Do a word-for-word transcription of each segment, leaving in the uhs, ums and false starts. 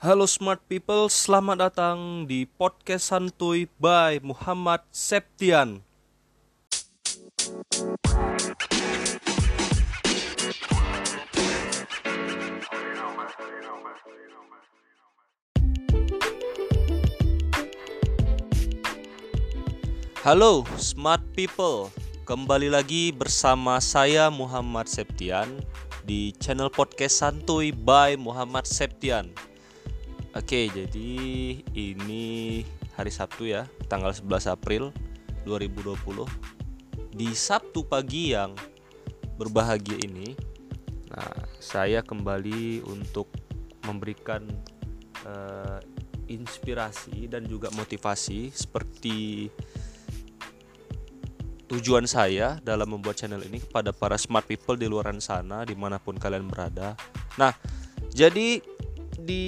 Halo smart people, selamat datang di podcast Santuy by Muhammad Septian. Halo smart people, kembali lagi bersama saya Muhammad Septian di channel podcast Santuy by Muhammad Septian. Oke, jadi ini hari Sabtu ya, tanggal sebelas April dua ribu dua puluh. Di Sabtu pagi yang berbahagia ini, nah, saya kembali untuk memberikan uh, inspirasi dan juga motivasi seperti tujuan saya dalam membuat channel ini kepada para smart people di luar sana, dimanapun kalian berada. Nah, jadi di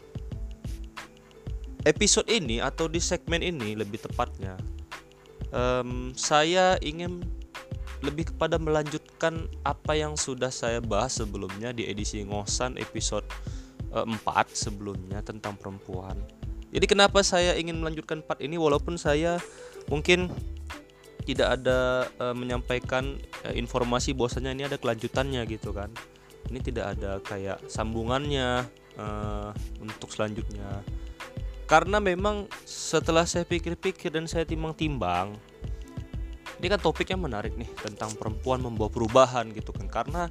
episode ini atau di segmen ini lebih tepatnya um, saya ingin lebih kepada melanjutkan apa yang sudah saya bahas sebelumnya di edisi ngosan episode uh, empat sebelumnya tentang perempuan. Jadi kenapa saya ingin melanjutkan part ini walaupun saya mungkin tidak ada uh, menyampaikan uh, informasi bahwasanya ini ada kelanjutannya gitu kan. Ini tidak ada kayak sambungannya uh, untuk selanjutnya. Karena memang setelah saya pikir-pikir dan saya timbang-timbang, ini kan topiknya menarik nih tentang perempuan membawa perubahan gitu kan. Karena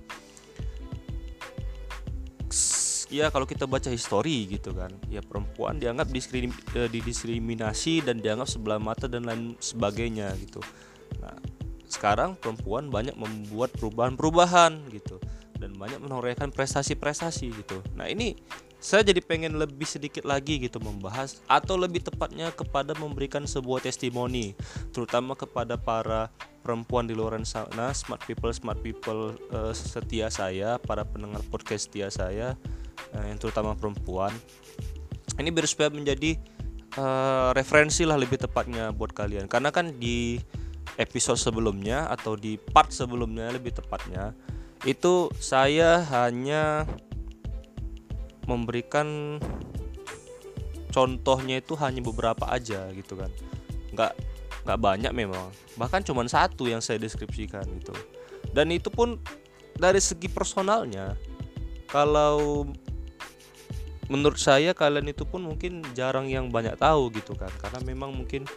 ya kalau kita baca histori gitu kan, ya perempuan dianggap diskrim, didiskriminasi dan dianggap sebelah mata dan lain sebagainya gitu. Nah, sekarang perempuan banyak membuat perubahan-perubahan gitu dan banyak menorehkan prestasi-prestasi gitu. Nah, ini saya jadi pengen lebih sedikit lagi gitu membahas atau lebih tepatnya kepada memberikan sebuah testimoni terutama kepada para perempuan di luar sana, smart people smart people uh, setia saya, para pendengar podcast setia saya uh, yang terutama perempuan. Ini biar supaya menjadi uh, referensi lah lebih tepatnya buat kalian. Karena kan di episode sebelumnya atau di part sebelumnya lebih tepatnya itu saya hanya memberikan contohnya itu hanya beberapa aja gitu kan, nggak nggak banyak memang, bahkan cuma satu yang saya deskripsikan gitu. Dan itu pun dari segi personalnya, kalau menurut saya kalian itu pun mungkin jarang yang banyak tahu gitu kan, karena memang mungkin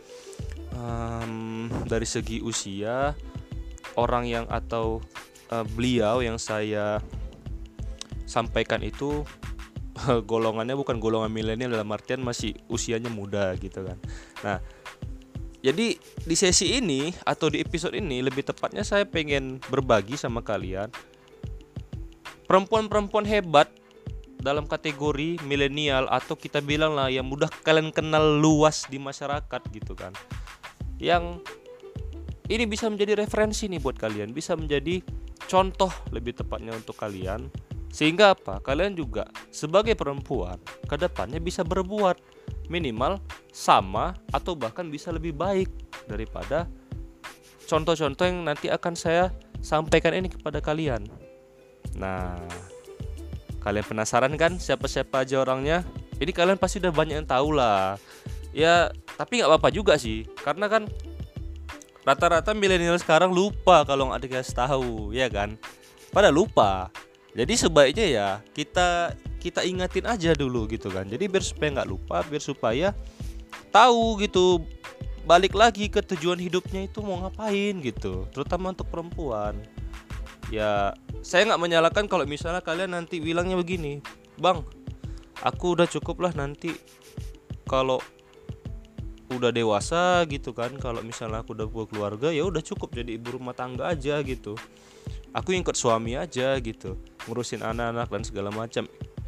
um, dari segi usia orang yang atau uh, beliau yang saya sampaikan itu golongannya bukan golongan milenial, dalam artian masih usianya muda gitu kan. Nah, jadi di sesi ini atau di episode ini lebih tepatnya saya pengen berbagi sama kalian perempuan-perempuan hebat dalam kategori milenial atau kita bilang lah yang mudah kalian kenal luas di masyarakat gitu kan. Yang ini bisa menjadi referensi nih buat kalian, bisa menjadi contoh lebih tepatnya untuk kalian. Sehingga apa? Kalian juga sebagai perempuan kedepannya bisa berbuat minimal sama atau bahkan bisa lebih baik daripada contoh-contoh yang nanti akan saya sampaikan ini kepada kalian. Nah, kalian penasaran kan siapa-siapa aja orangnya? Ini kalian pasti udah banyak yang tahu lah. Ya, tapi nggak apa-apa juga sih, karena kan rata-rata milenial sekarang lupa kalau nggak dikasih tahu, ya kan? Pada lupa. Jadi sebaiknya ya kita kita ingatin aja dulu gitu kan. Jadi biar supaya nggak lupa, biar supaya tahu gitu balik lagi ke tujuan hidupnya itu mau ngapain gitu. Terutama untuk perempuan. Ya saya nggak menyalahkan kalau misalnya kalian nanti bilangnya begini, bang, aku udah cukup lah nanti kalau udah dewasa gitu kan. Kalau misalnya aku udah berkeluarga ya udah cukup jadi ibu rumah tangga aja gitu. Aku ikut suami aja gitu, ngurusin anak-anak dan segala macam.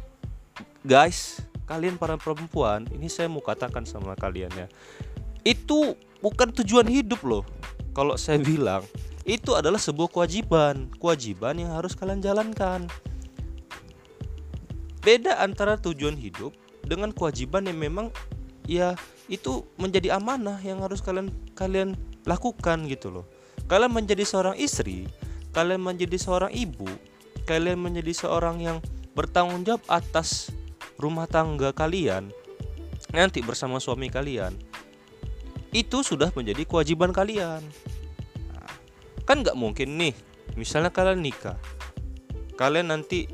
Guys, kalian para perempuan, ini saya mau katakan sama kalian ya, itu bukan tujuan hidup loh. Kalau saya bilang, itu adalah sebuah kewajiban, kewajiban yang harus kalian jalankan. Beda antara tujuan hidup dengan kewajiban yang memang ya itu menjadi amanah yang harus kalian kalian lakukan gitu loh. Kalian menjadi seorang istri, kalian menjadi seorang ibu, kalian menjadi seorang yang bertanggung jawab atas rumah tangga kalian, nanti bersama suami kalian, itu sudah menjadi kewajiban kalian. Nah, kan nggak mungkin nih, misalnya kalian nikah, kalian nanti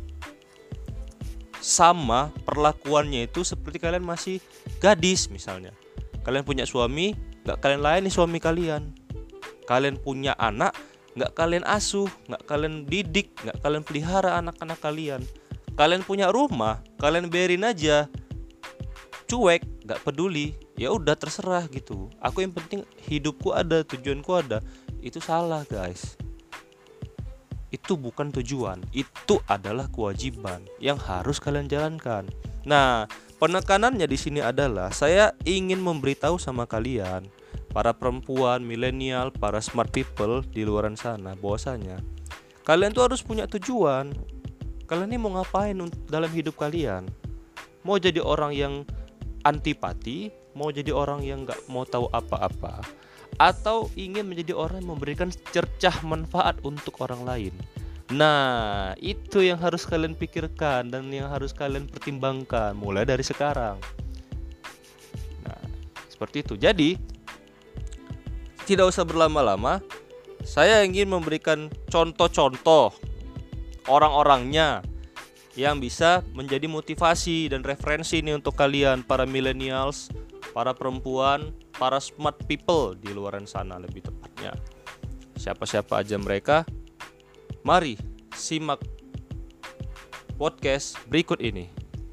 sama perlakuannya itu seperti kalian masih gadis misalnya. Kalian punya suami, nggak kalian layani suami kalian. Kalian punya anak, nggak kalian asuh, nggak kalian didik, nggak kalian pelihara anak-anak kalian. Kalian punya rumah, kalian biarin aja, cuek, nggak peduli, ya udah terserah gitu. Aku yang penting hidupku ada, tujuanku ada. Itu salah guys. Itu bukan tujuan, itu adalah kewajiban yang harus kalian jalankan. Nah, penekanannya di sini adalah saya ingin memberitahu sama kalian, para perempuan, milenial, para smart people di luaran sana, bahwasanya kalian tuh harus punya tujuan. Kalian ini mau ngapain dalam hidup kalian? Mau jadi orang yang antipati, mau jadi orang yang gak mau tahu apa-apa, atau ingin menjadi orang yang memberikan cercah manfaat untuk orang lain? Nah, itu yang harus kalian pikirkan dan yang harus kalian pertimbangkan mulai dari sekarang. Nah, seperti itu. Jadi, tidak usah berlama-lama, saya ingin memberikan contoh-contoh orang-orangnya yang bisa menjadi motivasi dan referensi nih untuk kalian, para millennials, para perempuan, para smart people di luaran sana lebih tepatnya. Siapa-siapa aja mereka, mari simak podcast berikut ini.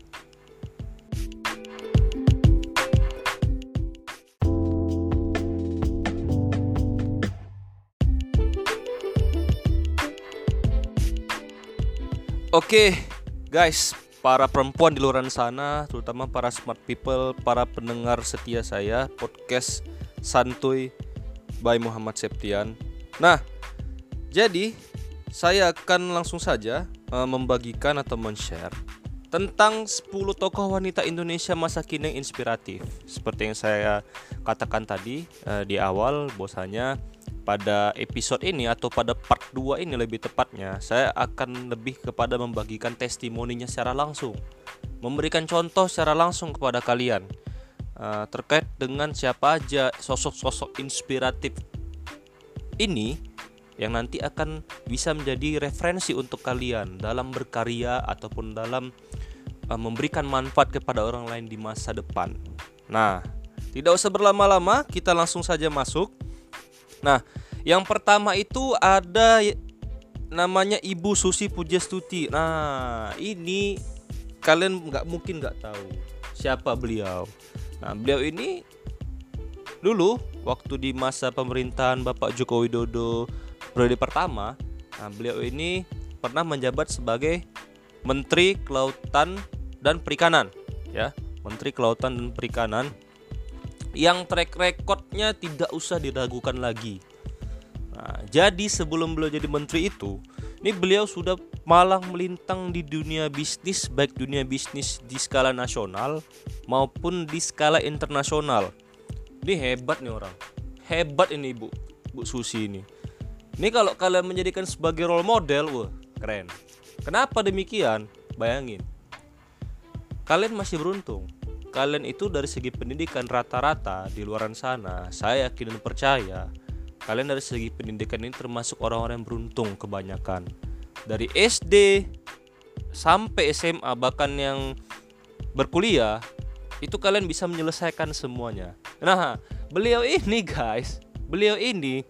Oke guys, para perempuan di luar sana, terutama para smart people, para pendengar setia saya, podcast Santuy by Muhammad Septian. Nah, jadi saya akan langsung saja uh, membagikan atau men-share tentang sepuluh tokoh wanita Indonesia masa kini yang inspiratif. Seperti yang saya katakan tadi uh, di awal, bahwasanya pada episode ini atau pada part dua ini lebih tepatnya, saya akan lebih kepada membagikan testimoninya secara langsung, memberikan contoh secara langsung kepada kalian uh, terkait dengan siapa aja sosok-sosok inspiratif ini yang nanti akan bisa menjadi referensi untuk kalian dalam berkarya ataupun dalam uh, memberikan manfaat kepada orang lain di masa depan. Nah, tidak usah berlama-lama, kita langsung saja masuk. Nah, yang pertama itu ada namanya Ibu Susi Pujastuti. Nah, ini kalian nggak mungkin nggak tahu siapa beliau. Nah, beliau ini dulu waktu di masa pemerintahan Bapak Joko Widodo periode pertama, nah beliau ini pernah menjabat sebagai Menteri Kelautan dan Perikanan, ya, Menteri Kelautan dan Perikanan, yang track recordnya tidak usah diragukan lagi. Nah, jadi sebelum beliau jadi menteri itu, ini beliau sudah malang melintang di dunia bisnis, baik dunia bisnis di skala nasional maupun di skala internasional. Ini hebat nih orang, hebat ini ibu, Bu Susi ini. Ini kalau kalian menjadikan sebagai role model, wah keren. Kenapa demikian? Bayangin, kalian masih beruntung. Kalian itu dari segi pendidikan rata-rata di luaran sana, saya yakin dan percaya kalian dari segi pendidikan ini termasuk orang-orang yang beruntung kebanyakan. Dari S D sampai S M A, bahkan yang berkuliah, itu kalian bisa menyelesaikan semuanya. Nah, beliau ini guys, beliau ini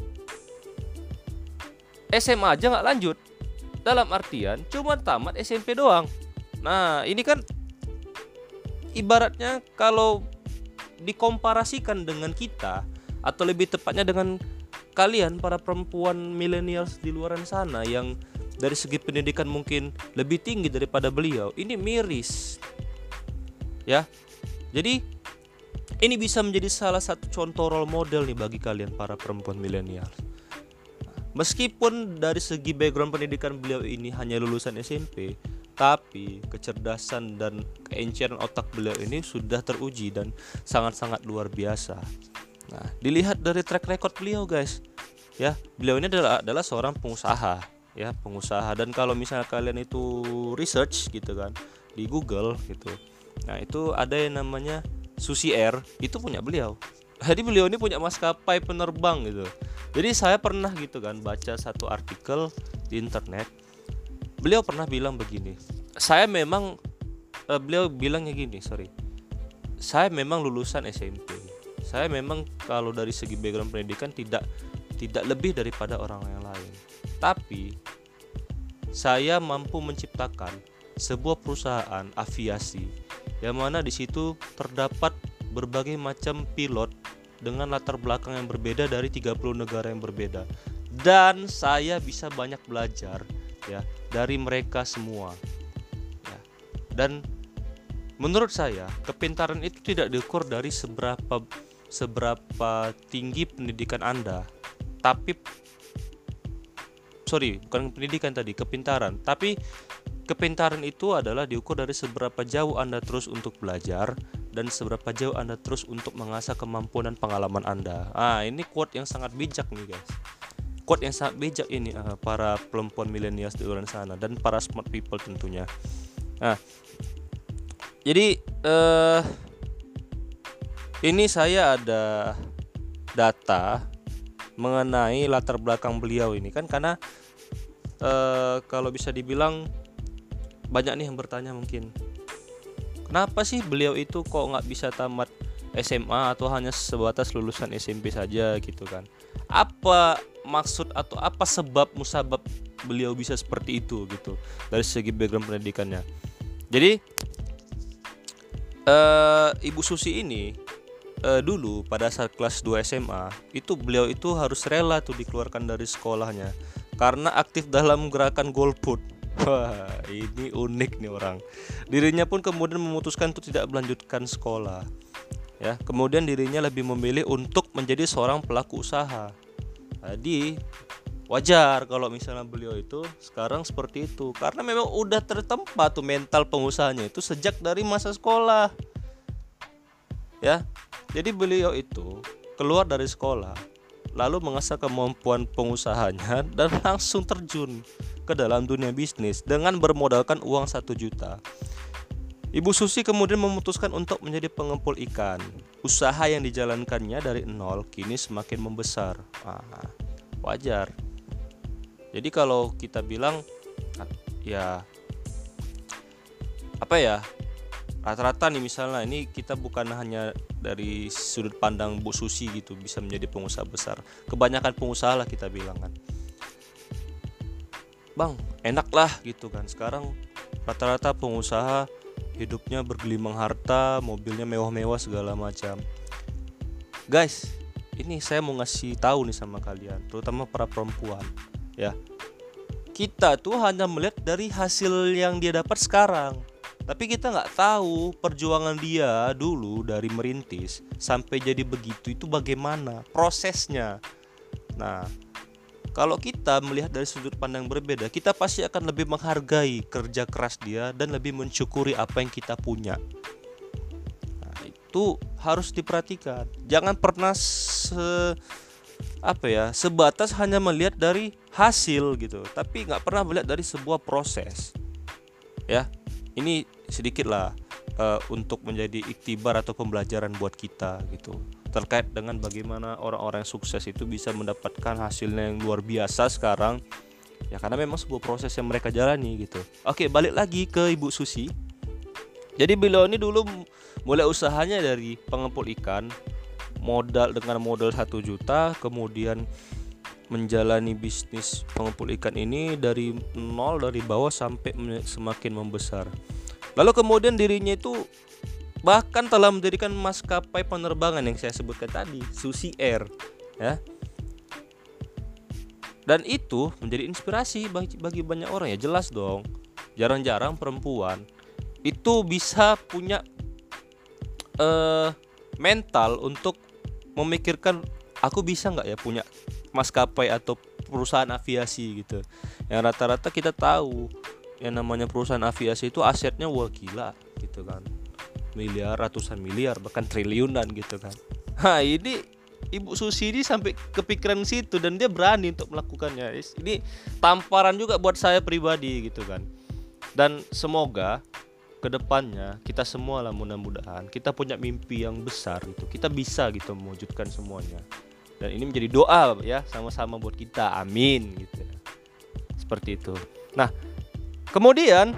S M A aja gak lanjut, dalam artian cuma tamat S M P doang. Nah, ini kan ibaratnya kalau dikomparasikan dengan kita, atau lebih tepatnya dengan kalian para perempuan millennials di luaran sana yang dari segi pendidikan mungkin lebih tinggi daripada beliau, ini miris. Ya. Jadi ini bisa menjadi salah satu contoh role model nih bagi kalian para perempuan milenial. Meskipun dari segi background pendidikan beliau ini hanya lulusan S M P, tapi kecerdasan dan keenceran otak beliau ini sudah teruji dan sangat-sangat luar biasa. Nah, dilihat dari track record beliau guys, ya, beliau ini adalah adalah seorang pengusaha, ya, pengusaha. Dan kalau misalnya kalian itu research gitu kan, di Google gitu. Nah itu ada yang namanya Susi Air, itu punya beliau. Jadi beliau ini punya maskapai penerbang gitu. Jadi saya pernah gitu kan baca satu artikel di internet. Beliau pernah bilang begini. Saya memang uh, beliau bilangnya gini, sorry. Saya memang lulusan S M P. Saya memang kalau dari segi background pendidikan tidak tidak lebih daripada orang yang lain. Tapi saya mampu menciptakan sebuah perusahaan aviasi yang mana di situ terdapat berbagai macam pilot dengan latar belakang yang berbeda dari tiga puluh negara yang berbeda, dan saya bisa banyak belajar ya dari mereka semua ya. Dan menurut saya kepintaran itu tidak diukur dari seberapa seberapa tinggi pendidikan Anda, tapi sorry bukan pendidikan tadi, kepintaran. Tapi kepintaran itu adalah diukur dari seberapa jauh Anda terus untuk belajar dan seberapa jauh Anda terus untuk mengasah kemampuan dan pengalaman Anda. Ah, ini quote yang sangat bijak nih guys. Quote yang sangat bijak ini uh, para perempuan milenial di luar sana dan para smart people tentunya. Nah, jadi uh, ini saya ada data mengenai latar belakang beliau ini kan, karena uh, kalau bisa dibilang banyak nih yang bertanya mungkin, kenapa sih beliau itu kok nggak bisa tamat S M A atau hanya sebatas lulusan S M P saja gitu kan? Apa maksud atau apa sebab musabab beliau bisa seperti itu gitu dari segi background pendidikannya? Jadi uh, Ibu Susi ini uh, dulu pada saat kelas dua S M A itu beliau itu harus rela tuh dikeluarkan dari sekolahnya karena aktif dalam gerakan golput. Wah, ini unik nih orang. Dirinya pun kemudian memutuskan untuk tidak melanjutkan sekolah. Ya, kemudian dirinya lebih memilih untuk menjadi seorang pelaku usaha. Jadi wajar kalau misalnya beliau itu sekarang seperti itu, karena memang udah tertempa tuh mental pengusahanya itu sejak dari masa sekolah. Ya, jadi beliau itu keluar dari sekolah, lalu mengasah kemampuan pengusahanya dan langsung terjun ke dalam dunia bisnis dengan bermodalkan uang satu juta. Ibu Susi kemudian memutuskan untuk menjadi pengepul ikan. Usaha yang dijalankannya dari nol kini semakin membesar. Ah, wajar. Jadi kalau kita bilang ya apa ya, rata-rata nih misalnya ini kita bukan hanya dari sudut pandang Bu Susi gitu bisa menjadi pengusaha besar. Kebanyakan pengusaha lah kita bilang kan, Bang, enak lah gitu kan. Sekarang rata-rata pengusaha hidupnya bergelimang harta, mobilnya mewah-mewah segala macam. Guys, ini saya mau ngasih tahu nih sama kalian, terutama para perempuan ya. Kita tuh hanya melihat dari hasil yang dia dapat sekarang, tapi kita nggak tahu perjuangan dia dulu dari merintis sampai jadi begitu itu bagaimana prosesnya. Nah, kalau kita melihat dari sudut pandang berbeda, kita pasti akan lebih menghargai kerja keras dia dan lebih mensyukuri apa yang kita punya. Nah, itu harus diperhatikan. Jangan pernah se apa ya sebatas hanya melihat dari hasil gitu, tapi nggak pernah melihat dari sebuah proses. Ya, ini sedikit lah uh, untuk menjadi iktibar atau pembelajaran buat kita gitu, terkait dengan bagaimana orang-orang yang sukses itu bisa mendapatkan hasilnya yang luar biasa sekarang ya, karena memang sebuah proses yang mereka jalani gitu. Oke, balik lagi ke Ibu Susi. Jadi beliau ini dulu mulai usahanya dari pengepul ikan, modal dengan modal satu juta, kemudian menjalani bisnis pengepul ikan ini dari nol, dari bawah sampai semakin membesar. Lalu kemudian dirinya itu bahkan telah mendirikan maskapai penerbangan yang saya sebutkan tadi, Susi Air ya. Dan itu menjadi inspirasi bagi, bagi banyak orang ya, jelas dong. Jarang-jarang perempuan itu bisa punya uh, mental untuk memikirkan, aku bisa nggak ya punya maskapai atau perusahaan aviasi gitu. Yang rata-rata kita tahu yang namanya perusahaan aviasi itu asetnya wah gila gitu kan, miliar, ratusan miliar, bahkan triliunan gitu kan. Nah ini Ibu Susi ini sampai kepikiran situ dan dia berani untuk melakukannya. Ini tamparan juga buat saya pribadi gitu kan. Dan semoga kedepannya kita semua lah, mudah-mudahan kita punya mimpi yang besar gitu, kita bisa gitu mewujudkan semuanya, dan ini menjadi doa ya sama-sama buat kita, amin gitu ya. Seperti itu. Nah kemudian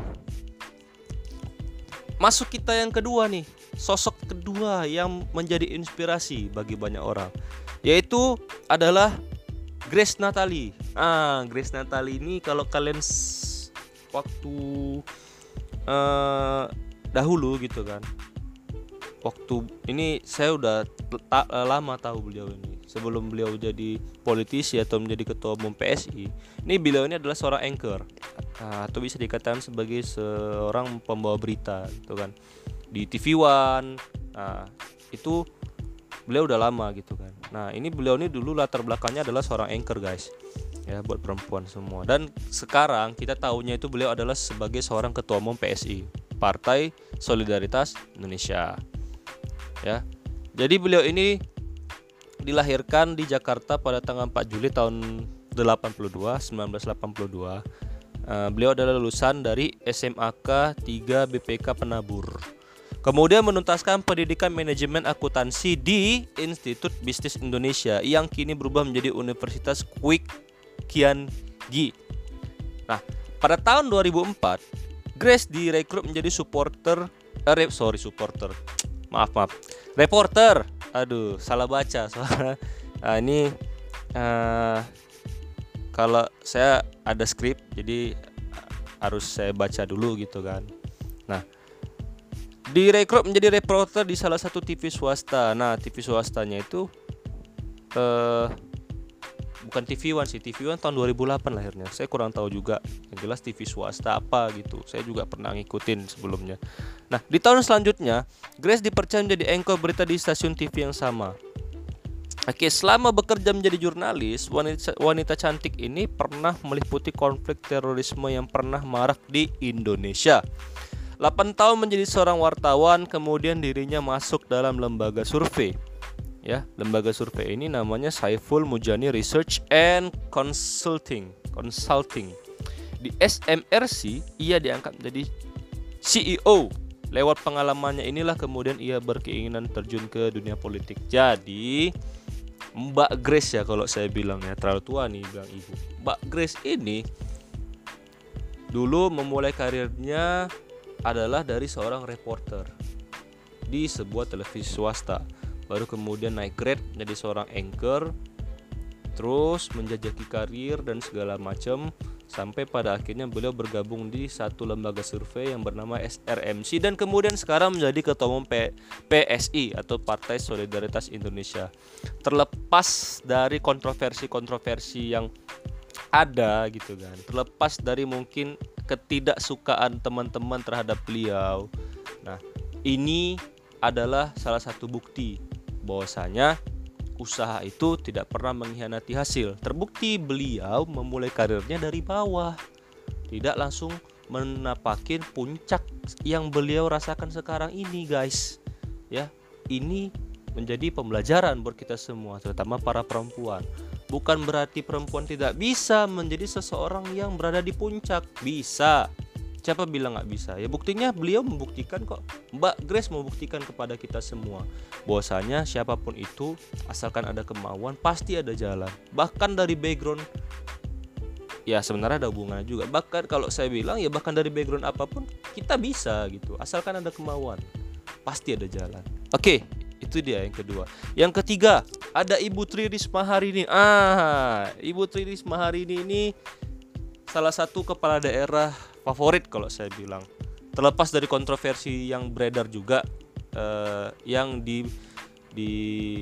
masuk kita yang kedua nih, sosok kedua yang menjadi inspirasi bagi banyak orang, yaitu adalah Grace Natali. Ah, Grace Natali ini kalau kalian s- waktu uh, dahulu gitu kan, waktu ini saya udah ta- lama tahu beliau ini. Sebelum beliau jadi politisi atau menjadi ketua umum P S I, ini beliau ini adalah seorang anchor, uh, atau bisa dikatakan sebagai seorang pembawa berita gitu kan di T V One. Nah, itu beliau udah lama gitu kan. Nah, ini beliau ini dulu latar belakangnya adalah seorang anchor, guys. Ya, buat perempuan semua. Dan sekarang kita tahunya itu beliau adalah sebagai seorang ketua umum P S I, Partai Solidaritas Indonesia. Ya. Jadi beliau ini dilahirkan di Jakarta pada tanggal empat Juli tahun delapan puluh dua, sembilan belas delapan puluh dua. Uh, beliau adalah lulusan dari S M A K tiga B P K Penabur. Kemudian menuntaskan pendidikan manajemen akuntansi di Institut Bisnis Indonesia yang kini berubah menjadi Universitas Kwik Kian Gi. Nah, pada tahun dua ribu empat, Grace direkrut menjadi supporter, eh, sorry supporter, maaf maaf, reporter. Aduh, salah baca soalnya. Nah, ini uh, kalau saya ada skrip, jadi harus saya baca dulu gitu kan. Nah, direkrut menjadi reporter di salah satu T V swasta. Nah, T V swastanya itu uh, bukan T V One sih, T V One tahun dua ribu delapan lahirnya. Saya kurang tahu juga. Yang jelas T V swasta apa gitu. Saya juga pernah ngikutin sebelumnya. Nah, di tahun selanjutnya, Grace dipercaya menjadi anchor berita di stasiun T V yang sama. Oke, selama bekerja menjadi jurnalis, wanita, wanita cantik ini pernah meliputi konflik terorisme yang pernah marak di Indonesia. delapan tahun menjadi seorang wartawan, kemudian dirinya masuk dalam lembaga survei. Ya, lembaga survei ini namanya Saiful Mujani Research and Consulting. Consulting. Di S M R C ia diangkat menjadi C E O. Lewat pengalamannya inilah kemudian ia berkeinginan terjun ke dunia politik. Jadi Mbak Grace ya, kalau saya bilang ya, terlalu tua nih bilang ibu. Mbak Grace ini dulu memulai karirnya adalah dari seorang reporter di sebuah televisi swasta. Baru kemudian naik grade menjadi seorang anchor, terus menjajaki karir dan segala macam, sampai pada akhirnya beliau bergabung di satu lembaga survei yang bernama S R M C, dan kemudian sekarang menjadi ketua umum P- PSI atau Partai Solidaritas Indonesia. Terlepas dari kontroversi-kontroversi yang ada gitu kan, terlepas dari mungkin ketidaksukaan teman-teman terhadap beliau. Nah, ini adalah salah satu bukti bahwasanya usaha itu tidak pernah mengkhianati hasil. Terbukti beliau memulai karirnya dari bawah, tidak langsung menapakin puncak yang beliau rasakan sekarang ini, guys. Ya, ini menjadi pembelajaran buat kita semua, terutama para perempuan. Bukan berarti perempuan tidak bisa menjadi seseorang yang berada di puncak. Bisa. Siapa bilang nggak bisa? Ya buktinya beliau membuktikan kok. Mbak Grace membuktikan kepada kita semua bahwasanya siapapun itu, asalkan ada kemauan, pasti ada jalan. Bahkan dari background, ya sebenarnya ada hubungannya juga. Bahkan kalau saya bilang ya bahkan dari background apapun kita bisa gitu. Asalkan ada kemauan, pasti ada jalan. Oke, itu dia yang kedua. Yang ketiga, ada Ibu Tri Risma hari ini. Ah, Ibu Tri Risma hari ini ini salah satu kepala daerah favorit kalau saya bilang. Terlepas dari kontroversi yang beredar juga, eh, yang di di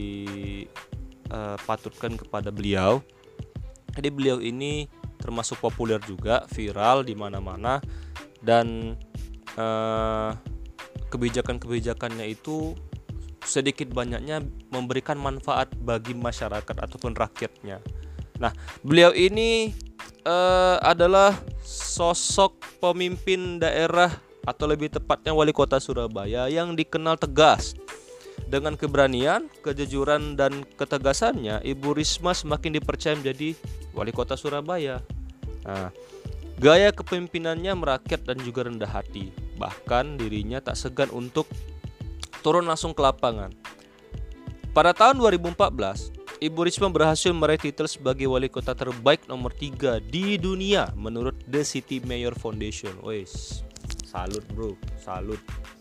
eh, patutkan kepada beliau. Jadi beliau ini termasuk populer juga, viral di mana-mana, dan eh, kebijakan-kebijakannya itu sedikit banyaknya memberikan manfaat bagi masyarakat ataupun rakyatnya. Nah, beliau ini uh, adalah sosok pemimpin daerah atau lebih tepatnya wali kota Surabaya yang dikenal tegas. Dengan keberanian, kejujuran dan ketegasannya, Ibu Risma semakin dipercaya menjadi wali kota Surabaya. Nah, gaya kepemimpinannya merakyat dan juga rendah hati. Bahkan dirinya tak segan untuk turun langsung ke lapangan. Pada tahun dua ribu empat belas, Ibu Risma berhasil meraih titel sebagai wali kota terbaik nomor tiga di dunia menurut The City Mayor Foundation. Wes, salut bro, salut.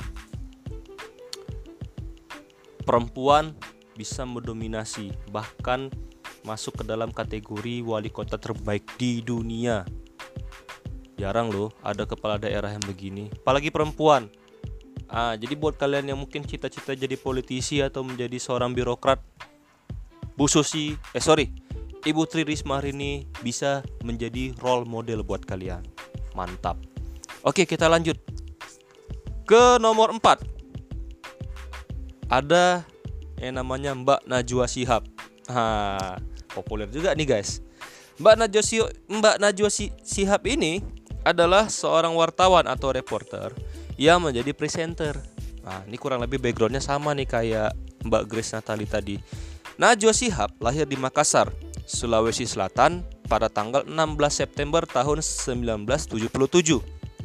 Perempuan bisa mendominasi, bahkan masuk ke dalam kategori wali kota terbaik di dunia. Jarang loh ada kepala daerah yang begini, apalagi perempuan. Ah, jadi buat kalian yang mungkin cita-cita jadi politisi atau menjadi seorang birokrat, Bu Susi, eh sorry, Ibu Tri Risma hari ini bisa menjadi role model buat kalian. Mantap. Oke, kita lanjut ke nomor empat. Ada yang namanya Mbak Najwa Shihab. Ha, populer juga nih guys. Mbak Najwa Shihab, Mbak Najwa Shihab ini adalah seorang wartawan atau reporter yang menjadi presenter. Nah, ini kurang lebih backgroundnya sama nih kayak Mbak Grace Natali tadi. Najwa Shihab lahir di Makassar, Sulawesi Selatan pada tanggal enam belas September tahun sembilan belas tujuh puluh tujuh.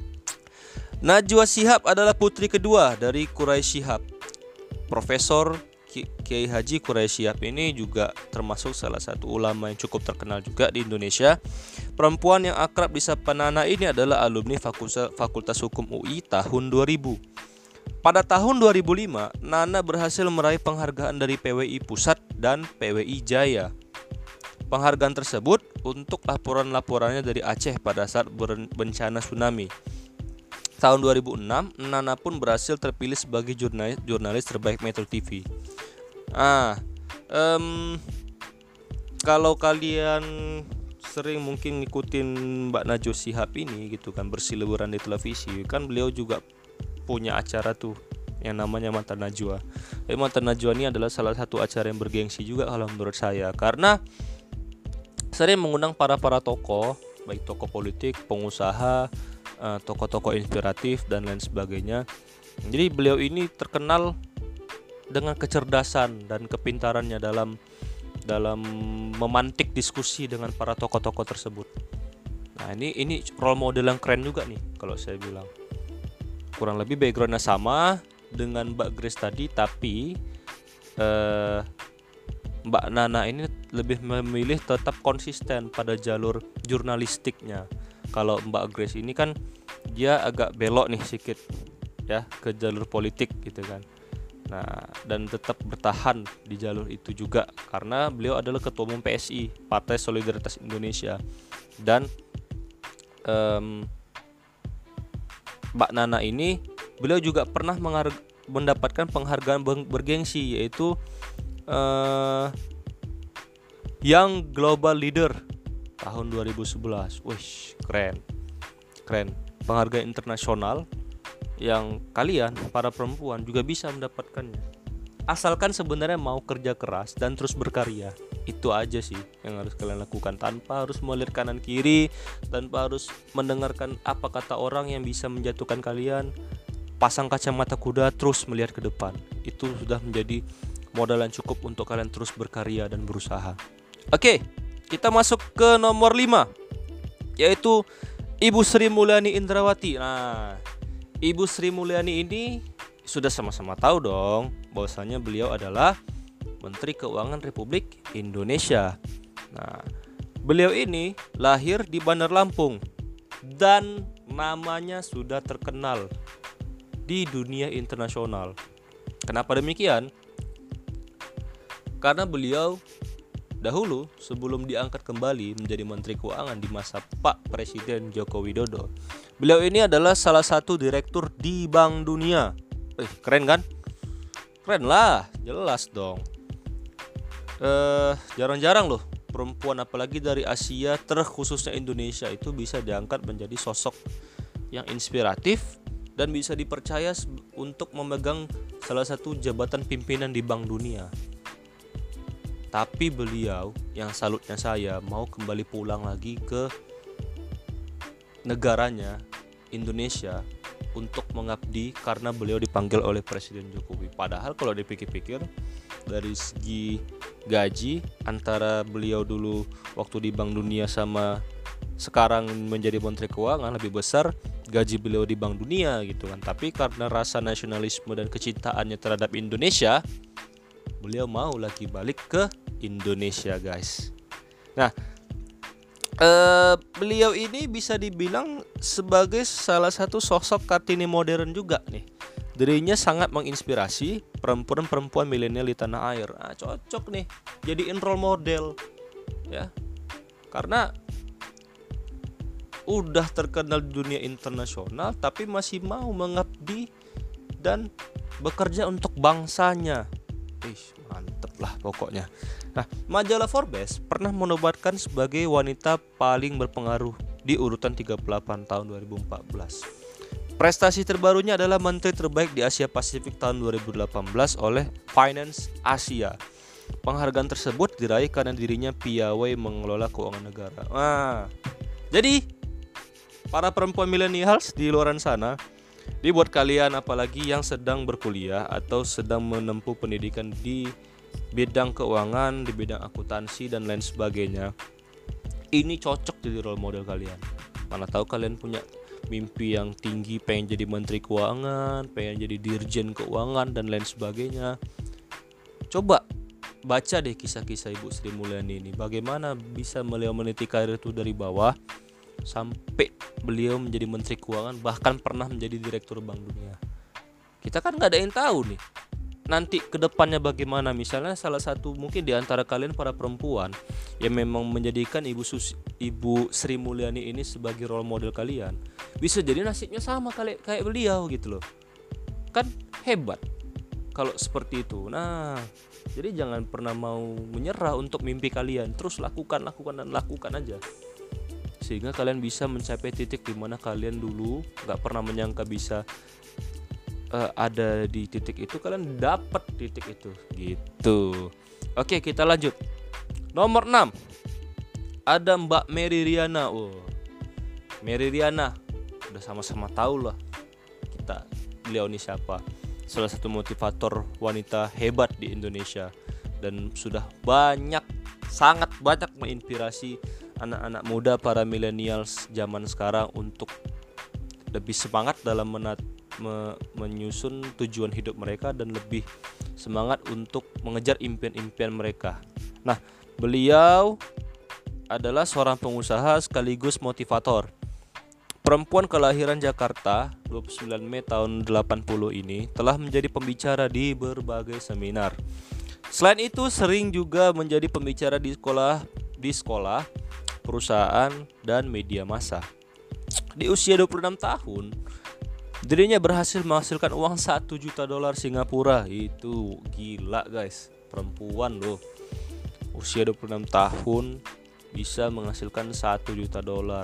Najwa Shihab adalah putri kedua dari Quraisy Shihab. Profesor Kiai Haji Quraisy Shihab ini juga termasuk salah satu ulama yang cukup terkenal juga di Indonesia. Perempuan yang akrab disapa Nana ini adalah alumni Fakultas, Fakultas Hukum U I tahun dua ribu. Pada tahun dua ribu lima, Nana berhasil meraih penghargaan dari P W I Pusat dan P W I Jaya. Penghargaan tersebut untuk laporan-laporannya dari Aceh pada saat bencana tsunami. Tahun dua ribu enam, Nana pun berhasil terpilih sebagai jurnalis, jurnalis terbaik Metro T V. Ah, um, kalau kalian sering mungkin ngikutin Mbak Najwa Shihab ini gitu kan, berseliweran di televisi, kan beliau juga punya acara tuh yang namanya Mata Najwa. Eh, Mata Najwa ini adalah salah satu acara yang bergengsi juga kalau menurut saya, karena sering mengundang para-para tokoh, baik tokoh politik, pengusaha, Uh, tokoh-tokoh inspiratif dan lain sebagainya. Jadi beliau ini terkenal dengan kecerdasan dan kepintarannya dalam dalam memantik diskusi dengan para tokoh-tokoh tersebut. Nah, ini ini role model yang keren juga nih kalau saya bilang. Kurang lebih backgroundnya sama dengan Mbak Grace tadi, tapi uh, Mbak Nana ini lebih memilih tetap konsisten pada jalur jurnalistiknya. Kalau Mbak Grace ini kan dia agak belok nih sedikit ya ke jalur politik gitu kan. Nah, dan tetap bertahan di jalur itu juga karena beliau adalah ketua umum P S I, Partai Solidaritas Indonesia. Dan um, Mbak Nana ini beliau juga pernah mengar- mendapatkan penghargaan bergengsi, yaitu uh, Young Global Leader tahun dua ribu sebelas. Wih, keren. Keren. Penghargaan internasional yang kalian para perempuan juga bisa mendapatkannya. Asalkan sebenarnya mau kerja keras dan terus berkarya. Itu aja sih yang harus kalian lakukan, tanpa harus melihat kanan kiri, tanpa harus mendengarkan apa kata orang yang bisa menjatuhkan kalian. Pasang kacamata kuda, terus melihat ke depan. Itu sudah menjadi modal yang cukup untuk kalian terus berkarya dan berusaha. Oke, kita masuk ke nomor lima, yaitu Ibu Sri Mulyani Indrawati. Nah, Ibu Sri Mulyani ini sudah sama-sama tahu dong bahwasanya beliau adalah Menteri Keuangan Republik Indonesia. Nah, beliau ini lahir di Bandar Lampung dan namanya sudah terkenal di dunia internasional. Kenapa demikian? Karena beliau dahulu sebelum diangkat kembali menjadi Menteri Keuangan di masa Pak Presiden Joko Widodo, beliau ini adalah salah satu direktur di Bank Dunia. Eh, keren kan? Keren lah, jelas dong. Eh, jarang-jarang loh perempuan apalagi dari Asia, terkhususnya Indonesia, itu bisa diangkat menjadi sosok yang inspiratif dan bisa dipercaya untuk memegang salah satu jabatan pimpinan di Bank Dunia. Tapi beliau, yang salutnya saya, mau kembali pulang lagi ke negaranya, Indonesia, untuk mengabdi karena beliau dipanggil oleh Presiden Jokowi. Padahal kalau dipikir-pikir dari segi gaji antara beliau dulu waktu di Bank Dunia sama sekarang menjadi Menteri Keuangan lebih besar gaji beliau di Bank Dunia gitu kan. Tapi karena rasa nasionalisme dan kecintaannya terhadap Indonesia, beliau mau lagi balik ke Indonesia, guys. Nah, eh, beliau ini bisa dibilang sebagai salah satu sosok Kartini modern juga nih. Dirinya sangat menginspirasi perempuan-perempuan milenial di tanah air. Ah, cocok nih jadiin role model ya. Karena udah terkenal di dunia internasional tapi masih mau mengabdi dan bekerja untuk bangsanya. Ih, mantep lah pokoknya. Nah, majalah Forbes pernah menobatkan sebagai wanita paling berpengaruh di urutan tiga puluh delapan tahun dua ribu empat belas. Prestasi terbarunya adalah Menteri Terbaik di Asia Pasifik tahun dua ribu delapan belas oleh Finance Asia. Penghargaan tersebut diraih karena dirinya piawai mengelola keuangan negara. Nah, jadi para perempuan millennials di luar sana, dibuat kalian apalagi yang sedang berkuliah atau sedang menempuh pendidikan di bidang keuangan, di bidang akuntansi dan lain sebagainya, ini cocok jadi role model kalian. Mana tahu kalian punya mimpi yang tinggi, pengen jadi menteri keuangan, pengen jadi dirjen keuangan dan lain sebagainya. Coba baca deh kisah-kisah Ibu Sri Mulyani ini, bagaimana bisa beliau meniti karir itu dari bawah sampai beliau menjadi menteri keuangan, bahkan pernah menjadi direktur Bank Dunia. Kita kan nggak ada yang tahu nih nanti kedepannya bagaimana. Misalnya salah satu mungkin di antara kalian para perempuan yang memang menjadikan Ibu Susi, Ibu Sri Mulyani ini sebagai role model kalian, bisa jadi nasibnya sama kayak kayak beliau gitu loh. Kan hebat kalau seperti itu. Nah, jadi jangan pernah mau menyerah untuk mimpi kalian. Terus lakukan, lakukan dan lakukan aja, sehingga kalian bisa mencapai titik di mana kalian dulu nggak pernah menyangka bisa uh, ada di titik itu, kalian dapat titik itu gitu. Oke, kita lanjut. Nomor enam ada Mbak Mary Riana. Oh, Mary Riana udah sama-sama tahu lah kita beliau ini siapa. Salah satu motivator wanita hebat di Indonesia dan sudah banyak, sangat banyak menginspirasi anak-anak muda para millennials zaman sekarang untuk lebih semangat dalam menat, me, menyusun tujuan hidup mereka dan lebih semangat untuk mengejar impian-impian mereka. Nah, beliau adalah seorang pengusaha sekaligus motivator. Perempuan kelahiran Jakarta dua puluh sembilan Mei tahun delapan puluh ini telah menjadi pembicara di berbagai seminar. Selain itu sering juga menjadi pembicara di sekolah, di sekolah, perusahaan dan media massa. Di usia dua puluh enam tahun, dirinya berhasil menghasilkan uang satu juta dolar Singapura. Itu gila, guys. Perempuan loh. Usia dua puluh enam tahun bisa menghasilkan satu juta dolar.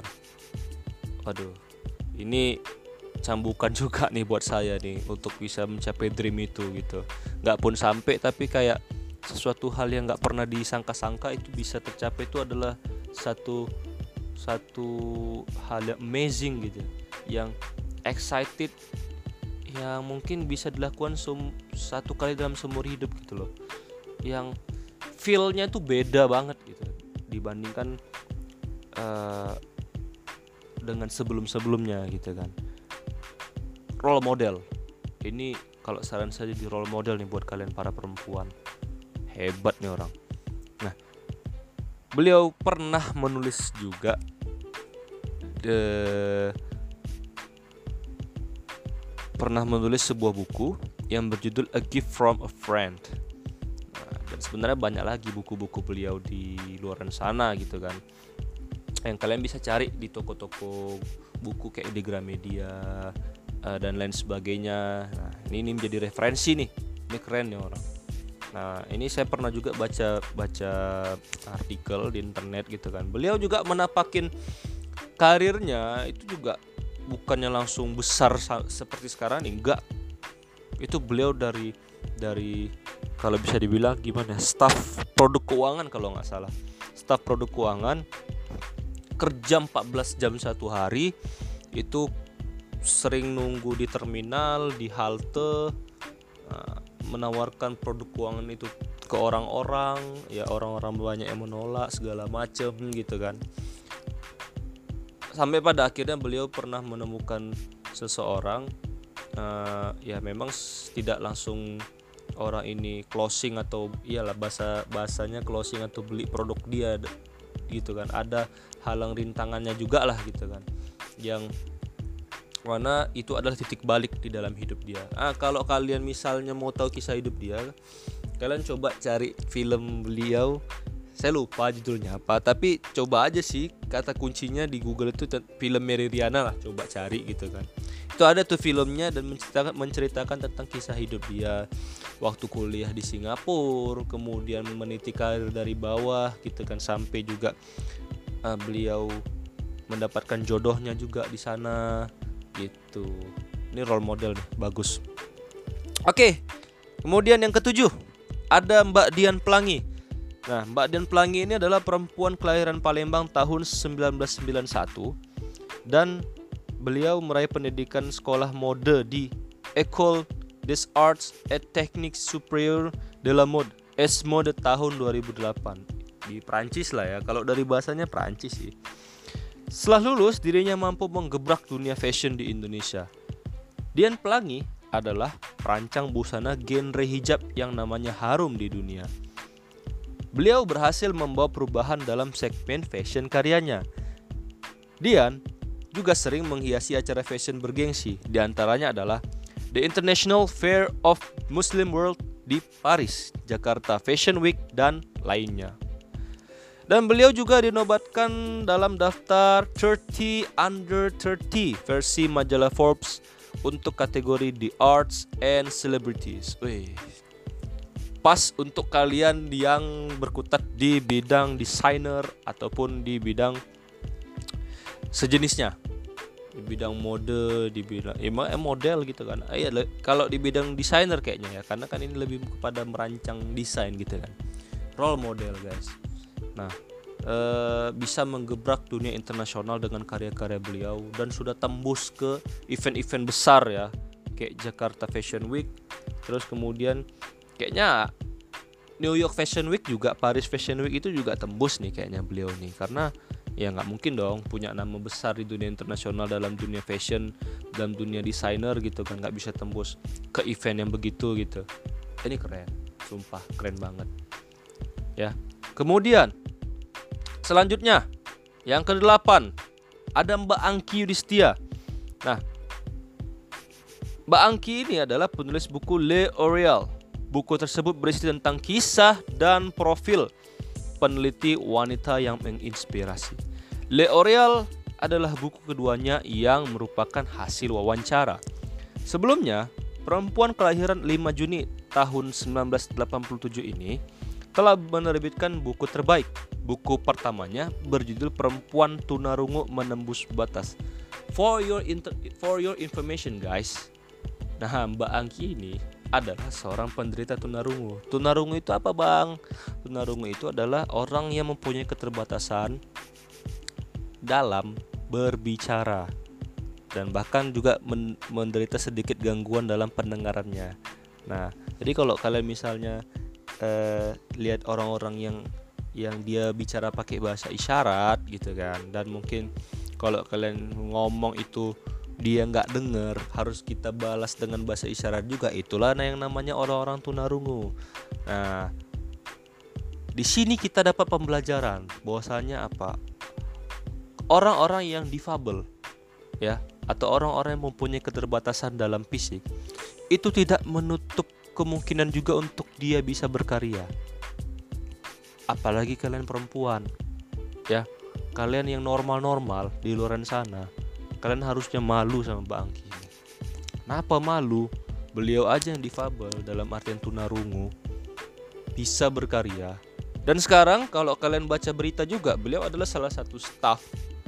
Waduh, ini cambukan juga nih buat saya nih untuk bisa mencapai dream itu gitu. Gak pun sampai, tapi kayak sesuatu hal yang gak pernah disangka-sangka itu bisa tercapai, itu adalah satu satu hal yang amazing gitu, yang excited, yang mungkin bisa dilakukan sum, satu kali dalam seumur hidup gitu loh, yang feel-nya tuh beda banget gitu dibandingkan uh, dengan sebelum-sebelumnya gitu kan. Role model ini kalau saran saya di role model nih buat kalian para perempuan, hebat nih orang. Nah, beliau pernah menulis juga de, pernah menulis sebuah buku yang berjudul A Gift from a Friend. Nah, dan sebenarnya banyak lagi buku-buku beliau di luar sana gitu kan, yang kalian bisa cari di toko-toko buku kayak di Gramedia uh, dan lain sebagainya. Nah, ini, ini menjadi referensi nih. Ini keren nih orang. Nah, ini saya pernah juga baca baca artikel di internet gitu kan. Beliau juga menapakin karirnya itu juga bukannya langsung besar sa- seperti sekarang nih, enggak. Itu beliau dari dari kalau bisa dibilang gimana, staf produk keuangan kalau nggak salah. Staf produk keuangan, kerja empat belas jam satu hari, itu sering nunggu di terminal, di halte, uh, menawarkan produk keuangan itu ke orang-orang, ya orang-orang banyak yang menolak segala macam gitu kan. sampai pada akhirnya beliau pernah menemukan seseorang, uh, ya memang tidak langsung orang ini closing atau iyalah bahasa bahasanya closing atau beli produk dia gitu kan, ada halang rintangannya juga lah gitu kan, yang mana itu adalah titik balik di dalam hidup dia. Ah, kalau kalian misalnya mau tahu kisah hidup dia, kalian coba cari film beliau. Saya lupa judulnya apa, tapi coba aja sih kata kuncinya di Google itu film Mary Riana lah, coba cari gitu kan. Itu ada tuh filmnya dan menceritakan, menceritakan tentang kisah hidup dia waktu kuliah di Singapura, kemudian meniti karir dari bawah gitu kan, sampai juga uh, beliau mendapatkan jodohnya juga di sana gitu. Ini role model nih, bagus. Oke, kemudian yang ketujuh ada Mbak Dian Pelangi. Nah, Mbak Dian Pelangi ini adalah perempuan kelahiran Palembang tahun sembilan belas sembilan puluh satu dan beliau meraih pendidikan sekolah mode di École des Arts et Techniques Supérieures de la Mode E S M O D E tahun dua ribu delapan. Di Prancis lah ya, kalau dari bahasanya Prancis sih. Setelah lulus, dirinya mampu menggebrak dunia fashion di Indonesia. Dian Pelangi adalah perancang busana genre hijab yang namanya harum di dunia. Beliau berhasil membawa perubahan dalam segmen fashion karyanya. Dian juga sering menghiasi acara fashion bergengsi, di antaranya adalah The International Fair of Muslim World di Paris, Jakarta Fashion Week, dan lainnya. Dan beliau juga dinobatkan dalam daftar tiga puluh under tiga puluh versi majalah Forbes untuk kategori The Arts and Celebrities. Wih, pas untuk kalian yang berkutat di bidang desainer ataupun di bidang sejenisnya, di bidang mode, di bidang emang eh, model gitu kan. Eh, kalau di bidang desainer kayaknya ya, karena kan ini lebih kepada merancang desain gitu kan. Role model guys. Nah, eh, bisa menggebrak dunia internasional dengan karya-karya beliau dan sudah tembus ke event-event besar ya, kayak Jakarta Fashion Week, terus kemudian kayaknya New York Fashion Week juga, Paris Fashion Week itu juga tembus nih kayaknya beliau nih, karena ya nggak mungkin dong punya nama besar di dunia internasional dalam dunia fashion, dalam dunia desainer gitu kan, nggak bisa tembus ke event yang begitu gitu. Ini keren, sumpah keren banget ya. Kemudian selanjutnya yang kedelapan ada Mbak Angki Yudhistia. Nah, Mbak Angki ini adalah penulis buku Le Oreal. Buku tersebut berisi tentang kisah dan profil peneliti wanita yang menginspirasi. Le Oreal adalah buku keduanya yang merupakan hasil wawancara. Sebelumnya, perempuan kelahiran lima Juni tahun sembilan belas delapan puluh tujuh ini telah menerbitkan buku terbaik. Buku pertamanya berjudul Perempuan Tunarungu Menembus Batas. For your inter- for your information guys. Nah, Mbak Angki ini adalah seorang penderita tunarungu. Tunarungu itu apa bang? Tunarungu itu adalah orang yang mempunyai keterbatasan dalam berbicara dan bahkan juga men- menderita sedikit gangguan dalam pendengarannya. Nah, jadi kalau kalian misalnya eh, lihat orang-orang yang yang dia bicara pakai bahasa isyarat gitu kan, dan mungkin kalau kalian ngomong itu dia nggak dengar, harus kita balas dengan bahasa isyarat juga, itulah yang namanya orang-orang tunarungu. Nah, di sini kita dapat pembelajaran bahwasanya apa, orang-orang yang difabel ya, atau orang-orang yang mempunyai keterbatasan dalam fisik itu tidak menutup kemungkinan juga untuk dia bisa berkarya. Apalagi kalian perempuan ya, kalian yang normal-normal di luar sana, kalian harusnya malu sama Mbak Angki ini. Kenapa malu? Beliau aja yang difabel dalam artian tunarungu bisa berkarya. Dan sekarang kalau kalian baca berita juga, beliau adalah salah satu staf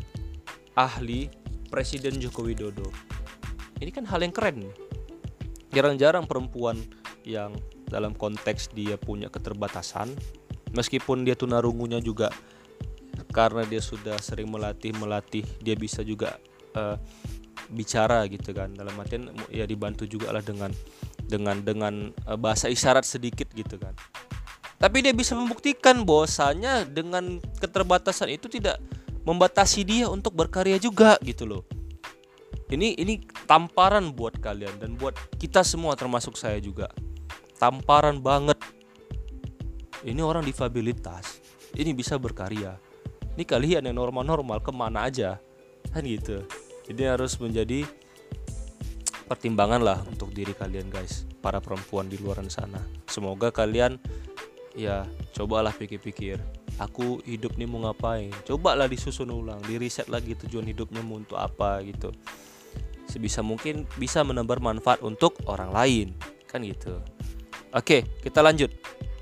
ahli Presiden Joko Widodo. Ini kan hal yang keren nih. Jarang-jarang perempuan yang dalam konteks dia punya keterbatasan, meskipun dia tunarungunya juga karena dia sudah sering melatih melatih dia bisa juga uh, bicara gitu kan, dalam artian ya dibantu juga lah dengan dengan dengan uh, bahasa isyarat sedikit gitu kan. Tapi dia bisa membuktikan bahwasanya dengan keterbatasan itu tidak membatasi dia untuk berkarya juga gitu loh. Ini ini tamparan buat kalian dan buat kita semua termasuk saya juga. Tamparan banget. Ini orang difabilitas, ini bisa berkarya. Ini kalian yang normal-normal kemana aja, kan gitu. Jadi harus menjadi pertimbangan lah untuk diri kalian guys, para perempuan di luar sana. Semoga kalian ya cobalah pikir-pikir, aku hidup nih mau ngapain. Cobalah disusun ulang, di riset lagi tujuan hidupnya mau untuk apa gitu. Sebisa mungkin bisa menebar manfaat untuk orang lain, kan gitu. Oke, kita lanjut.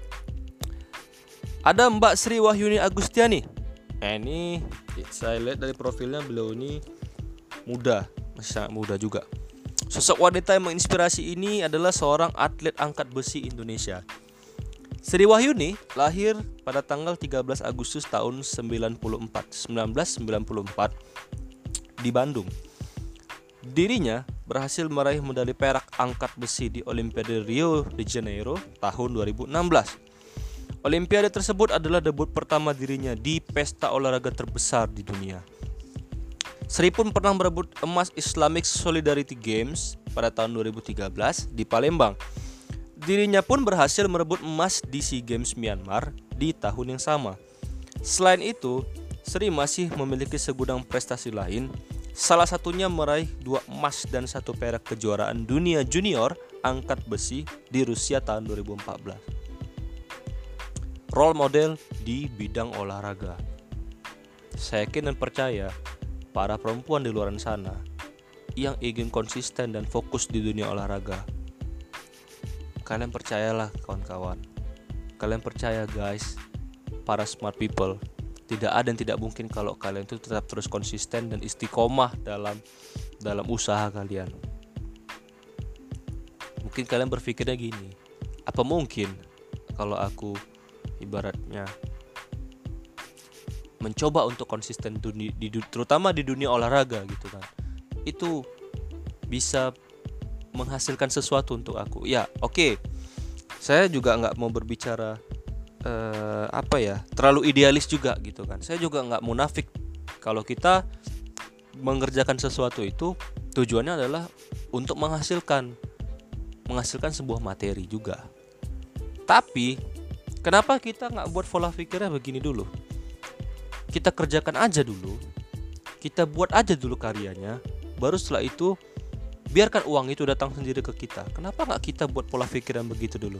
Ada Mbak Sri Wahyuni Agustiani. Eh, ini saya lihat dari profilnya, beliau ini muda, masih sangat muda juga. Sosok wanita yang menginspirasi ini adalah seorang atlet angkat besi Indonesia. Sri Wahyuni lahir pada tanggal tiga belas Agustus tahun sembilan puluh empat, seribu sembilan ratus sembilan puluh empat di Bandung. Dirinya berhasil meraih medali perak angkat besi di Olimpiade Rio de Janeiro tahun dua ribu enam belas. Olimpiade tersebut adalah debut pertama dirinya di pesta olahraga terbesar di dunia. Sri pun pernah merebut emas Islamic Solidarity Games pada tahun dua ribu tiga belas di Palembang. Dirinya pun berhasil merebut emas di SEA Games Myanmar di tahun yang sama. Selain itu, Sri masih memiliki segudang prestasi lain, salah satunya meraih dua emas dan satu perak kejuaraan dunia junior angkat besi di Rusia tahun dua ribu empat belas. Role model di bidang olahraga. Saya yakin dan percaya para perempuan di luar sana yang ingin konsisten dan fokus di dunia olahraga, kalian percayalah kawan-kawan, kalian percaya guys, para smart people, tidak ada yang tidak mungkin kalau kalian itu tetap terus konsisten dan istiqomah dalam dalam usaha kalian. Mungkin kalian berpikirnya gini, apa mungkin kalau aku ibaratnya mencoba untuk konsisten di, di, terutama di dunia olahraga gitu kan, itu bisa menghasilkan sesuatu untuk aku. Ya oke, okay. Saya juga nggak mau berbicara eh, apa ya terlalu idealis juga gitu kan. Saya juga nggak munafik kalau kita mengerjakan sesuatu itu tujuannya adalah untuk menghasilkan menghasilkan sebuah materi juga. Tapi kenapa kita nggak buat pola pikirnya begini dulu? Kita kerjakan aja dulu, kita buat aja dulu karyanya, baru setelah itu biarkan uang itu datang sendiri ke kita. Kenapa nggak kita buat pola pikiran begitu dulu?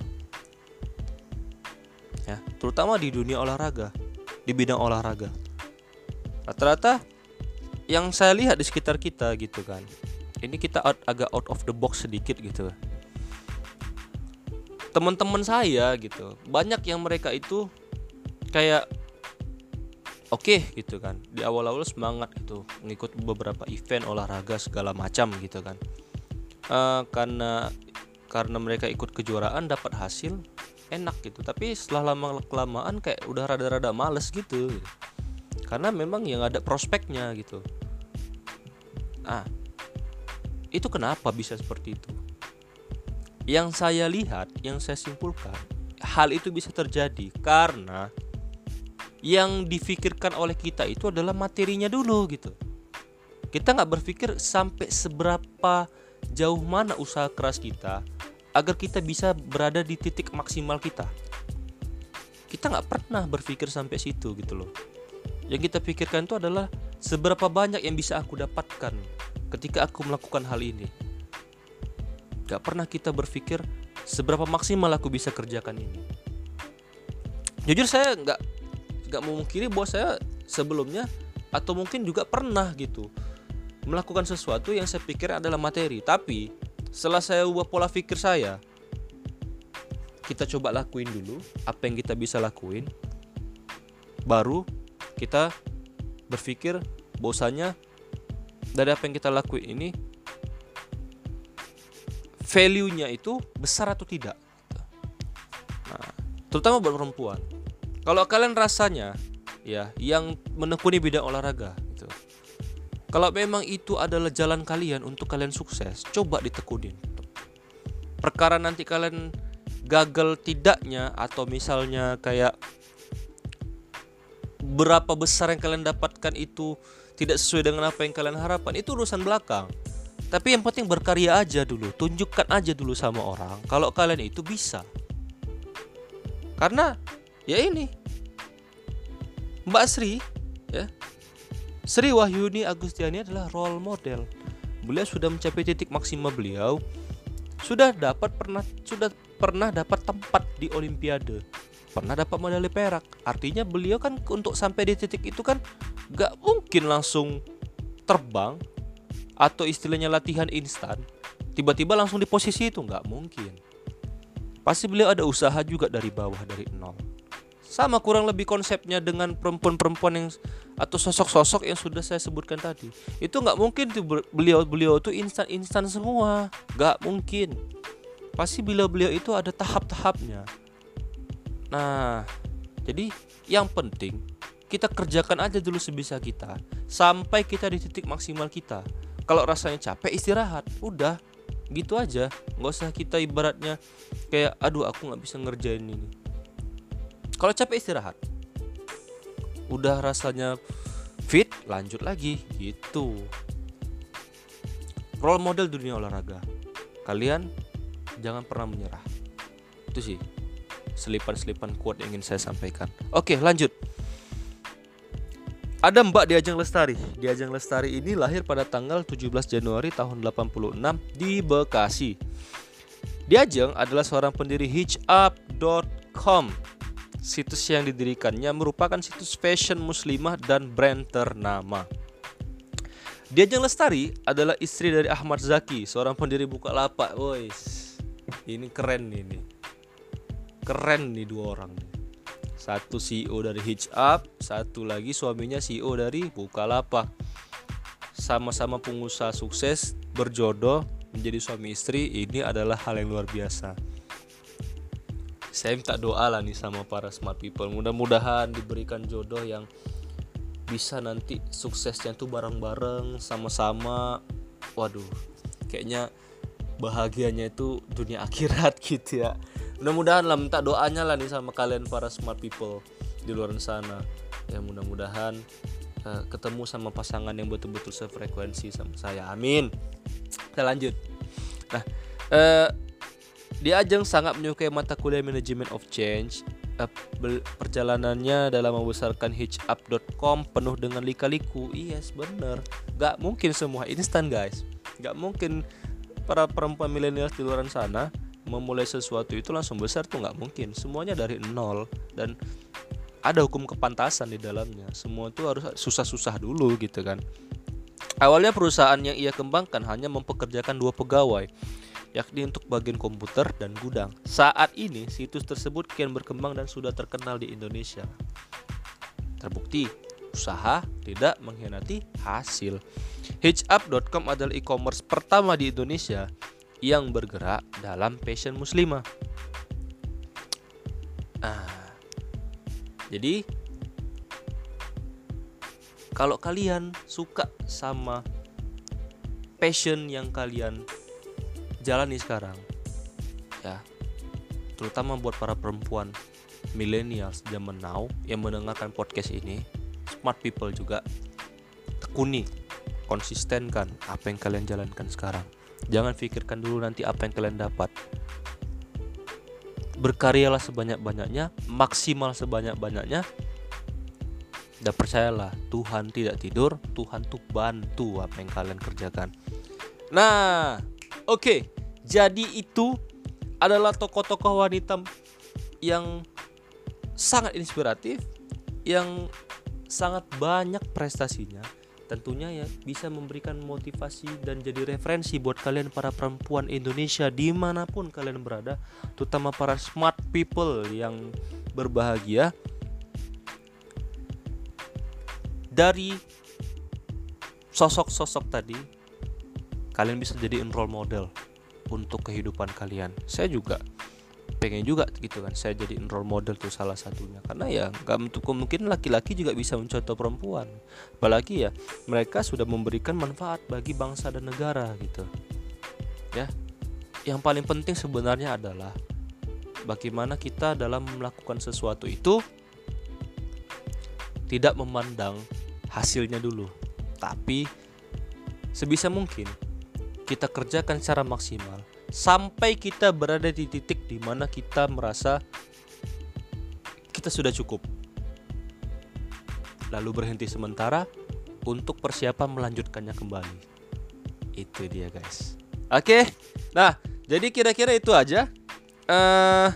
Ya, terutama di dunia olahraga, di bidang olahraga. Rata-rata yang saya lihat di sekitar kita gitu kan, ini kita out, agak out of the box sedikit gitu. Teman-teman saya gitu, banyak yang mereka itu kayak oke okay, gitu kan, di awal-awal semangat itu mengikut beberapa event olahraga segala macam gitu kan, uh, karena karena mereka ikut kejuaraan dapat hasil enak gitu. Tapi setelah lama kelamaan kayak udah rada-rada males gitu, karena memang yang ada prospeknya gitu. Ah, itu kenapa bisa seperti itu? Yang saya lihat, yang saya simpulkan, hal itu bisa terjadi karena yang difikirkan oleh kita itu adalah materinya dulu gitu. Kita nggak berpikir sampai seberapa jauh mana usaha keras kita agar kita bisa berada di titik maksimal kita. Kita nggak pernah berpikir sampai situ gitu loh. Yang kita pikirkan itu adalah seberapa banyak yang bisa aku dapatkan ketika aku melakukan hal ini. Gak pernah kita berpikir seberapa maksimal aku bisa kerjakan ini. Jujur saya gak, gak memungkiri bahwa saya sebelumnya atau mungkin juga pernah gitu melakukan sesuatu yang saya pikir adalah materi. Tapi setelah saya ubah pola pikir saya, kita coba lakuin dulu apa yang kita bisa lakuin, baru kita berpikir bahwasanya dari apa yang kita lakuin ini value-nya itu besar atau tidak. Nah, terutama buat perempuan. Kalau kalian rasanya ya yang menekuni bidang olahraga gitu, kalau memang itu adalah jalan kalian untuk kalian sukses, coba ditekunin. Perkara nanti kalian gagal tidaknya, atau misalnya kayak berapa besar yang kalian dapatkan itu tidak sesuai dengan apa yang kalian harapkan, itu urusan belakang. Tapi yang penting berkarya aja dulu, tunjukkan aja dulu sama orang kalau kalian itu bisa. Karena ya ini Mbak Sri, ya, Sri Wahyuni Agustiani adalah role model. Beliau sudah mencapai titik maksimal beliau, sudah dapat pernah sudah pernah dapat tempat di Olimpiade, pernah dapat medali perak. Artinya beliau kan untuk sampai di titik itu kan gak mungkin langsung terbang atau istilahnya latihan instan tiba-tiba langsung di posisi itu, gak mungkin. Pasti beliau ada usaha juga dari bawah, dari nol. Sama kurang lebih konsepnya dengan perempuan-perempuan yang atau sosok-sosok yang sudah saya sebutkan tadi. Itu gak mungkin tuh beliau-beliau tuh instan-instan semua, gak mungkin. Pasti beliau-beliau itu ada tahap-tahapnya. Nah, jadi yang penting kita kerjakan aja dulu sebisa kita sampai kita di titik maksimal kita. Kalau rasanya capek, istirahat, udah gitu aja. Nggak usah kita ibaratnya kayak aduh aku nggak bisa ngerjain ini. Kalau capek, istirahat. Udah rasanya fit, lanjut lagi gitu. Role model dunia olahraga, kalian jangan pernah menyerah. Itu sih selipan-selipan quote yang ingin saya sampaikan. Oke, lanjut. Ada Mbak Diajeng Lestari. Diajeng Lestari ini lahir pada tanggal tujuh belas Januari tahun delapan puluh enam di Bekasi. Diajeng adalah seorang pendiri hitch up dot com. Situs yang didirikannya merupakan situs fashion muslimah dan brand ternama. Diajeng Lestari adalah istri dari Ahmad Zaki, seorang pendiri Bukalapak. Wois. Ini keren nih, nih. Keren nih dua orang nih. Satu C E O dari Hitch Up, satu lagi suaminya C E O dari Bukalapak. Sama-sama pengusaha sukses, berjodoh, menjadi suami istri. Ini adalah hal yang luar biasa. Saya minta doa lah nih sama para smart people. Mudah-mudahan diberikan jodoh yang bisa nanti suksesnya tuh bareng-bareng, sama-sama. Waduh, kayaknya bahagianya itu dunia akhirat gitu ya. Mudah-mudahan lah, minta doanya lah nih sama kalian para smart people di luar sana. Ya mudah-mudahan uh, ketemu sama pasangan yang betul-betul sefrekuensi sama saya. Amin. Kita lanjut. Nah, uh, Diajeng sangat menyukai mata kuliah Management of Change. Uh, perjalanannya dalam membesarkan hitch up dot com penuh dengan lika-liku. Yes, bener. Gak mungkin semua instan guys. Gak mungkin para perempuan milenial di luar sana memulai sesuatu itu langsung besar tuh nggak mungkin. Semuanya dari nol dan ada hukum kepantasan di dalamnya. Semua itu harus susah-susah dulu gitu kan. Awalnya perusahaan yang ia kembangkan hanya mempekerjakan dua pegawai, yakni untuk bagian komputer dan gudang. Saat ini situs tersebut kian berkembang dan sudah terkenal di Indonesia. Terbukti usaha tidak mengkhianati hasil. hitch up dot com adalah e-commerce pertama di Indonesia yang bergerak dalam fashion muslimah. Ah, jadi kalau kalian suka sama passion yang kalian jalani sekarang, ya, terutama buat para perempuan millennials zaman now yang mendengarkan podcast ini, smart people juga, tekuni, konsistenkan apa yang kalian jalankan sekarang. Jangan pikirkan dulu nanti apa yang kalian dapat. Berkaryalah sebanyak-banyaknya, maksimal sebanyak-banyaknya. Dan percayalah, Tuhan tidak tidur, Tuhan tuh bantu apa yang kalian kerjakan. Nah, oke, okay. Jadi itu adalah tokoh-tokoh wanita yang sangat inspiratif, yang sangat banyak prestasinya. Tentunya ya bisa memberikan motivasi dan jadi referensi buat kalian para perempuan Indonesia dimanapun kalian berada, terutama para smart people yang berbahagia. Dari sosok-sosok tadi, kalian bisa jadi role model untuk kehidupan kalian. Saya juga pengen juga gitu kan, saya jadi role model tuh salah satunya, karena ya nggak untuk mungkin laki-laki juga bisa mencontoh perempuan, apalagi ya mereka sudah memberikan manfaat bagi bangsa dan negara gitu ya. Yang paling penting sebenarnya adalah bagaimana kita dalam melakukan sesuatu itu tidak memandang hasilnya dulu, tapi sebisa mungkin kita kerjakan secara maksimal sampai kita berada di titik di mana kita merasa kita sudah cukup. Lalu berhenti sementara untuk persiapan melanjutkannya kembali. Itu dia guys. Oke, nah jadi kira-kira itu aja uh,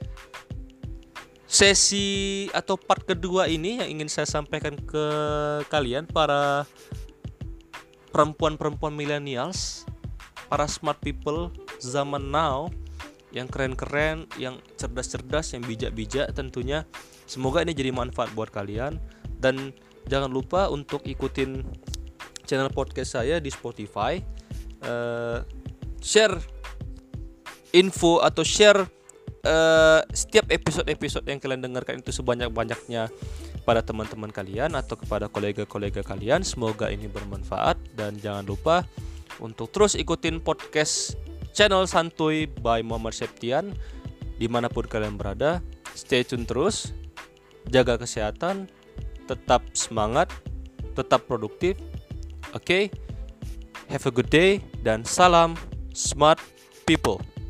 sesi atau part kedua ini yang ingin saya sampaikan ke kalian, para perempuan-perempuan millennials, para smart people zaman now, yang keren-keren, yang cerdas-cerdas, yang bijak-bijak tentunya. Semoga ini jadi manfaat buat kalian. Dan jangan lupa untuk ikutin channel podcast saya di Spotify, uh, share info atau share uh, setiap episode-episode yang kalian dengarkan itu sebanyak-banyaknya pada teman-teman kalian atau kepada kolega-kolega kalian. Semoga ini bermanfaat, dan jangan lupa untuk terus ikutin podcast channel Santuy by Muhammad Septian dimanapun kalian berada. Stay tune terus, jaga kesehatan, tetap semangat, tetap produktif. Oke, okay? Have a good day dan salam smart people.